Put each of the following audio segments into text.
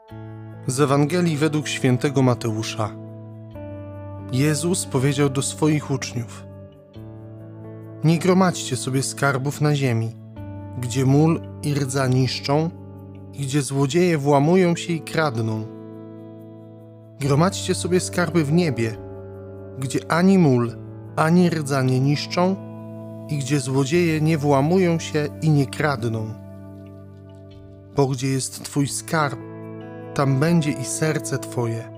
Z Ewangelii według świętego Mateusza. Jezus powiedział do swoich uczniów: nie gromadźcie sobie skarbów na ziemi, gdzie mól i rdza niszczą i gdzie złodzieje włamują się i kradną. Gromadźcie sobie skarby w niebie, gdzie ani mól, ani rdza nie niszczą i gdzie złodzieje nie włamują się i nie kradną. Bo gdzie jest Twój skarb, tam będzie i serce Twoje.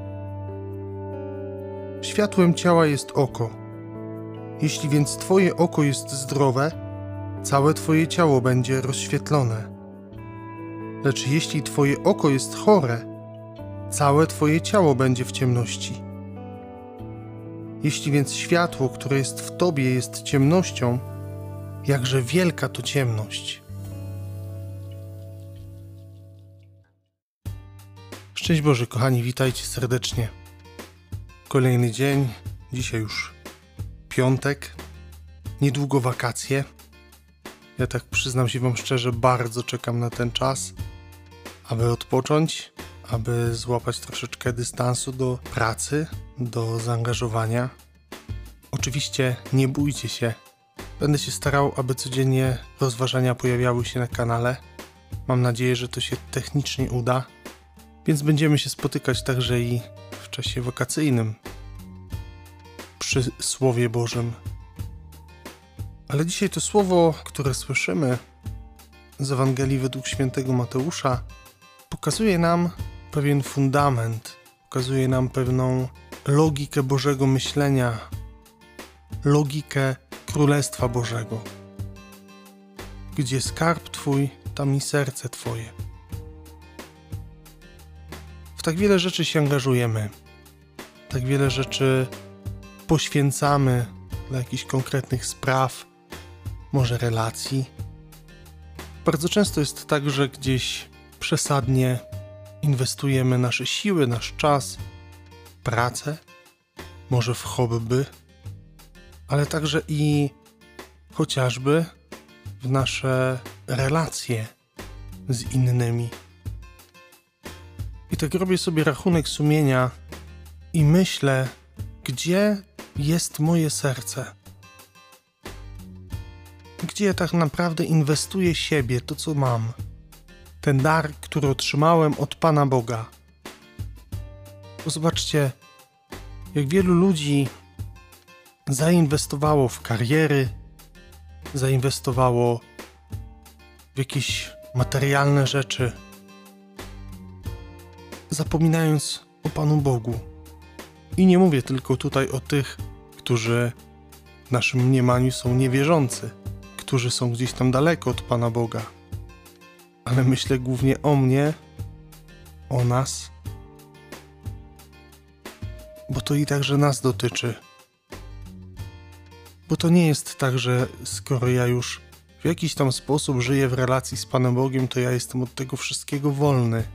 Światłem ciała jest oko. Jeśli więc Twoje oko jest zdrowe, całe Twoje ciało będzie rozświetlone. Lecz jeśli Twoje oko jest chore, całe Twoje ciało będzie w ciemności. Jeśli więc światło, które jest w Tobie, jest ciemnością, jakże wielka to ciemność. Szczęść Boże, kochani, witajcie serdecznie. Kolejny dzień, dzisiaj już piątek, niedługo wakacje. Ja tak przyznam się Wam szczerze, bardzo czekam na ten czas, aby odpocząć, aby złapać troszeczkę dystansu do pracy, do zaangażowania. Oczywiście nie bójcie się, będę się starał, aby codziennie rozważania pojawiały się na kanale. Mam nadzieję, że to się technicznie uda, więc będziemy się spotykać także i w czasie wakacyjnym przy Słowie Bożym. Ale dzisiaj to słowo, które słyszymy z Ewangelii według świętego Mateusza, pokazuje nam pewien fundament, pokazuje nam pewną logikę Bożego myślenia, logikę Królestwa Bożego. Gdzie skarb Twój, tam i serce Twoje. W tak wiele rzeczy się angażujemy, tak wiele rzeczy poświęcamy dla jakichś konkretnych spraw, może relacji. Bardzo często jest tak, że gdzieś przesadnie inwestujemy nasze siły, nasz czas, pracę, może w hobby, ale także i chociażby w nasze relacje z innymi. I tak robię sobie rachunek sumienia i myślę, gdzie jest moje serce? Gdzie ja tak naprawdę inwestuję siebie, to co mam? Ten dar, który otrzymałem od Pana Boga. Bo zobaczcie, jak wielu ludzi zainwestowało w kariery, zainwestowało w jakieś materialne rzeczy, zapominając o Panu Bogu. I nie mówię tylko tutaj o tych, którzy w naszym mniemaniu są niewierzący, którzy są gdzieś tam daleko od Pana Boga. Ale myślę głównie o mnie, o nas, bo to i także nas dotyczy. Bo to nie jest tak, że skoro ja już w jakiś tam sposób żyję w relacji z Panem Bogiem, to ja jestem od tego wszystkiego wolny.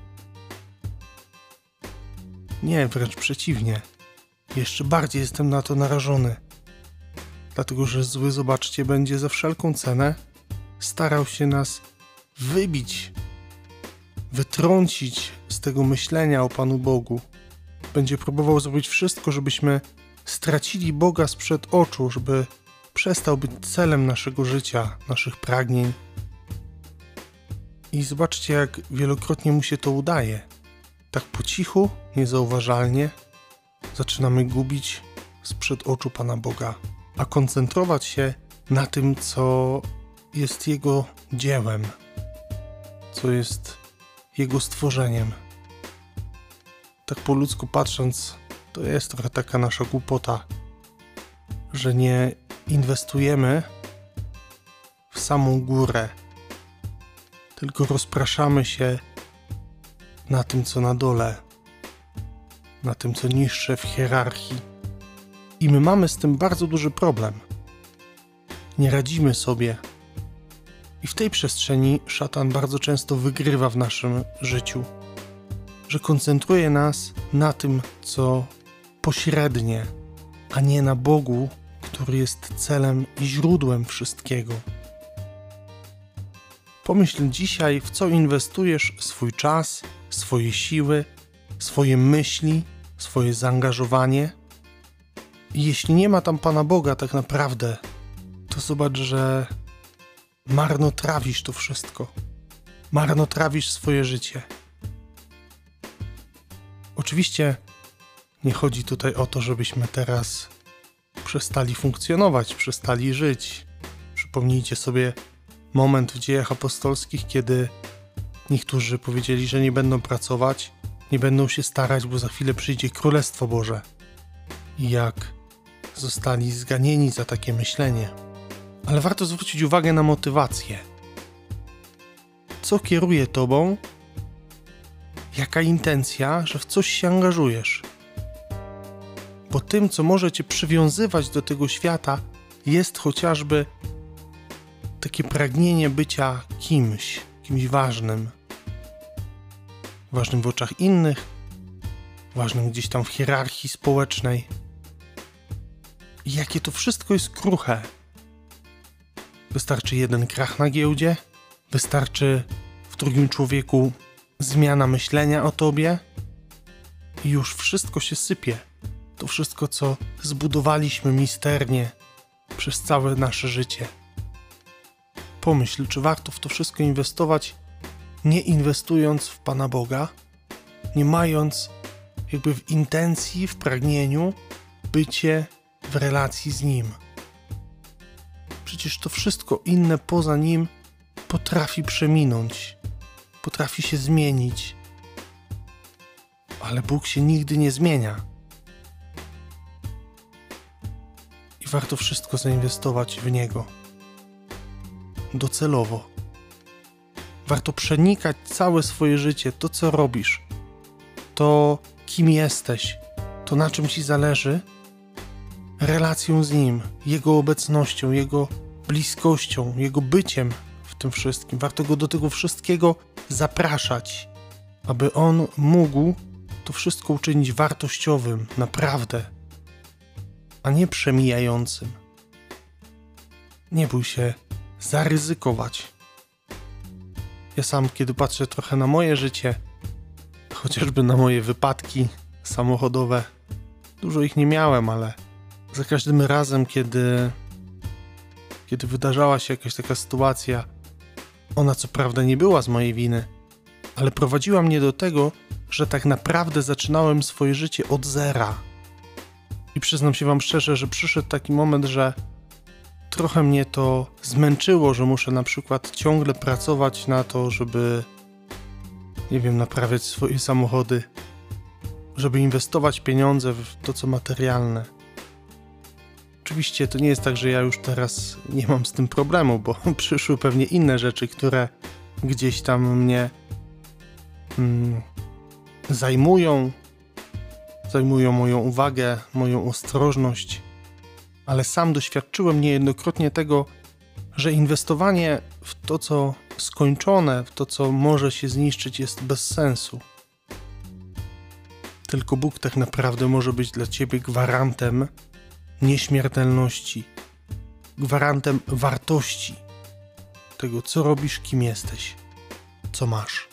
Nie, wręcz przeciwnie. Jeszcze bardziej jestem na to narażony. Dlatego, że zły, zobaczcie, będzie za wszelką cenę starał się nas wybić, wytrącić z tego myślenia o Panu Bogu. Będzie próbował zrobić wszystko, żebyśmy stracili Boga sprzed oczu, żeby przestał być celem naszego życia, naszych pragnień. I zobaczcie, jak wielokrotnie mu się to udaje. Tak po cichu, niezauważalnie zaczynamy gubić sprzed oczu Pana Boga, a koncentrować się na tym, co jest Jego dziełem, co jest Jego stworzeniem. Tak po ludzku patrząc, to jest trochę taka nasza głupota, że nie inwestujemy w samą górę, tylko rozpraszamy się na tym, co na dole, na tym, co niższe w hierarchii. I my mamy z tym bardzo duży problem. Nie radzimy sobie. I w tej przestrzeni szatan bardzo często wygrywa w naszym życiu. Że koncentruje nas na tym, co pośrednie, a nie na Bogu, który jest celem i źródłem wszystkiego. Pomyśl dzisiaj, w co inwestujesz swój czas, swoje siły, swoje myśli, swoje zaangażowanie. I jeśli nie ma tam Pana Boga tak naprawdę, to zobacz, że marnotrawisz to wszystko. Marnotrawisz swoje życie. Oczywiście nie chodzi tutaj o to, żebyśmy teraz przestali funkcjonować, przestali żyć. Przypomnijcie sobie moment w Dziejach Apostolskich, kiedy niektórzy powiedzieli, że nie będą pracować, nie będą się starać, bo za chwilę przyjdzie Królestwo Boże. I jak zostali zganieni za takie myślenie. Ale warto zwrócić uwagę na motywację. Co kieruje tobą? Jaka intencja, że w coś się angażujesz? Bo tym, co może cię przywiązywać do tego świata, jest chociażby takie pragnienie bycia kimś ważnym. Ważnym w oczach innych, ważnym gdzieś tam w hierarchii społecznej. I jakie to wszystko jest kruche. Wystarczy jeden krach na giełdzie, wystarczy w drugim człowieku zmiana myślenia o tobie i już wszystko się sypie. To wszystko, co zbudowaliśmy misternie przez całe nasze życie. Pomyśl, czy warto w to wszystko inwestować, nie inwestując w Pana Boga, nie mając jakby w intencji, w pragnieniu bycie w relacji z Nim. Przecież to wszystko inne poza Nim potrafi przeminąć, potrafi się zmienić. Ale Bóg się nigdy nie zmienia. I warto wszystko zainwestować w Niego. Docelowo. Warto przenikać całe swoje życie, to co robisz, to kim jesteś, to na czym ci zależy, relacją z Nim, Jego obecnością, Jego bliskością, Jego byciem w tym wszystkim. Warto Go do tego wszystkiego zapraszać, aby On mógł to wszystko uczynić wartościowym, naprawdę, a nie przemijającym. Nie bój się zaryzykować. Ja sam, kiedy patrzę trochę na moje życie, chociażby na moje wypadki samochodowe, dużo ich nie miałem, ale za każdym razem, kiedy wydarzała się jakaś taka sytuacja, ona co prawda nie była z mojej winy, ale prowadziła mnie do tego, że tak naprawdę zaczynałem swoje życie od zera. I przyznam się wam szczerze, że przyszedł taki moment, że trochę mnie to zmęczyło, że muszę na przykład ciągle pracować na to, żeby, nie wiem, naprawiać swoje samochody, żeby inwestować pieniądze w to, co materialne. Oczywiście to nie jest tak, że ja już teraz nie mam z tym problemu, bo przyszły pewnie inne rzeczy, które gdzieś tam mnie zajmują moją uwagę, moją ostrożność, ale sam doświadczyłem niejednokrotnie tego, że inwestowanie w to, co skończone, w to, co może się zniszczyć, jest bez sensu. Tylko Bóg tak naprawdę może być dla ciebie gwarantem nieśmiertelności, gwarantem wartości tego, co robisz, kim jesteś, co masz.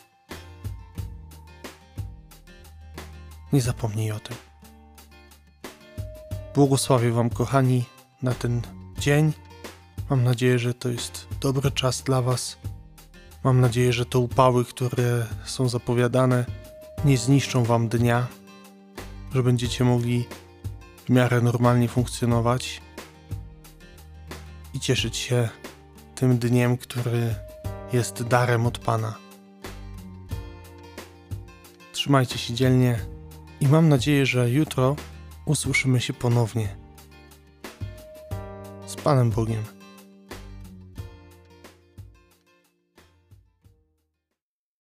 Nie zapomnij o tym. Błogosławię wam, kochani, na ten dzień. Mam nadzieję, że to jest dobry czas dla was. Mam nadzieję, że te upały, które są zapowiadane, nie zniszczą wam dnia, że będziecie mogli w miarę normalnie funkcjonować i cieszyć się tym dniem, który jest darem od Pana. Trzymajcie się dzielnie i mam nadzieję, że jutro usłyszymy się ponownie. Z Panem Bogiem.